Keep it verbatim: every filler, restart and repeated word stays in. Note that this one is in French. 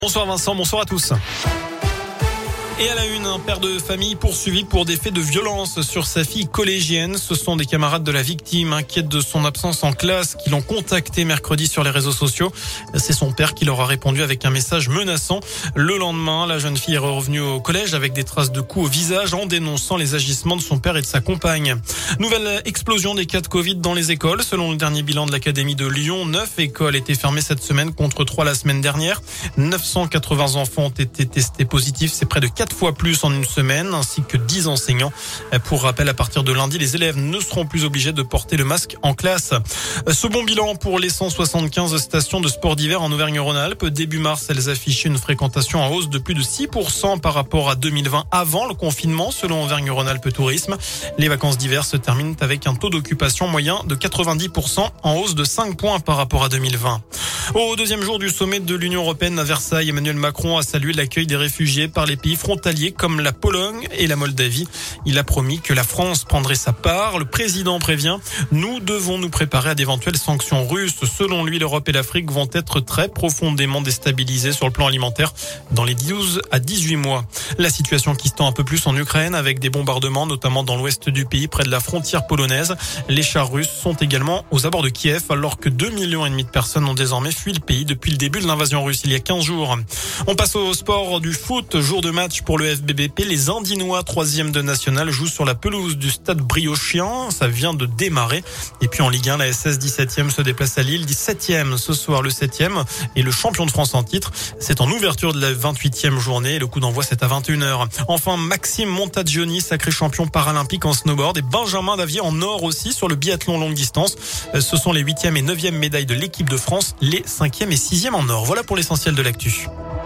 Bonsoir Vincent, bonsoir à tous. Et à la une, un père de famille poursuivi pour des faits de violence sur sa fille collégienne. Ce sont des camarades de la victime inquiètes de son absence en classe qui l'ont contacté mercredi sur les réseaux sociaux. C'est son père qui leur a répondu avec un message menaçant. Le lendemain, la jeune fille est revenue au collège avec des traces de coups au visage en dénonçant les agissements de son père et de sa compagne. Nouvelle explosion des cas de Covid dans les écoles. Selon le dernier bilan de l'Académie de Lyon, neuf écoles étaient fermées cette semaine contre trois la semaine dernière. neuf cent quatre-vingts enfants ont été testés positifs. C'est près de quatre fois plus en une semaine, ainsi que dix enseignants. Pour rappel, à partir de lundi, les élèves ne seront plus obligés de porter le masque en classe. Ce bon bilan pour les cent soixante-quinze stations de sport d'hiver en Auvergne-Rhône-Alpes. Début mars, elles affichaient une fréquentation en hausse de plus de six pour cent par rapport à deux mille vingt avant le confinement, selon Auvergne-Rhône-Alpes Tourisme. Les vacances d'hiver se terminent avec un taux d'occupation moyen de quatre-vingt-dix pour cent en hausse de cinq points par rapport à deux mille vingt. Au deuxième jour du sommet de l'Union européenne à Versailles, Emmanuel Macron a salué l'accueil des réfugiés par les pays frontaliers comme la Pologne et la Moldavie. Il a promis que la France prendrait sa part. Le président prévient, nous devons nous préparer à d'éventuelles sanctions russes. Selon lui, l'Europe et l'Afrique vont être très profondément déstabilisées sur le plan alimentaire dans les douze à dix-huit mois. La situation qui se tend un peu plus en Ukraine avec des bombardements, notamment dans l'ouest du pays, près de la frontière polonaise. Les chars russes sont également aux abords de Kiev, alors que deux millions et demi de personnes ont désormais fui le pays depuis le début de l'invasion russe il y a quinze jours. On passe au sport du foot. Jour de match pour le F B B P. Les Indinois, troisième de national, jouent sur la pelouse du stade Briochien. Ça vient de démarrer. Et puis en Ligue un, la S S dix-septième se déplace à Lille. dix-septième ce soir, le septième. Et le champion de France en titre, c'est en ouverture de la vingt-huitième journée. Le coup d'envoi, c'est à vingt et une heures. Enfin, Maxime Montagioni, sacré champion paralympique en snowboard. Et Benjamin Davier en or aussi sur le biathlon longue distance. Ce sont les huitième et neuvième médailles de l'équipe de France. Les cinquième et sixième en or. Voilà pour l'essentiel de l'actu.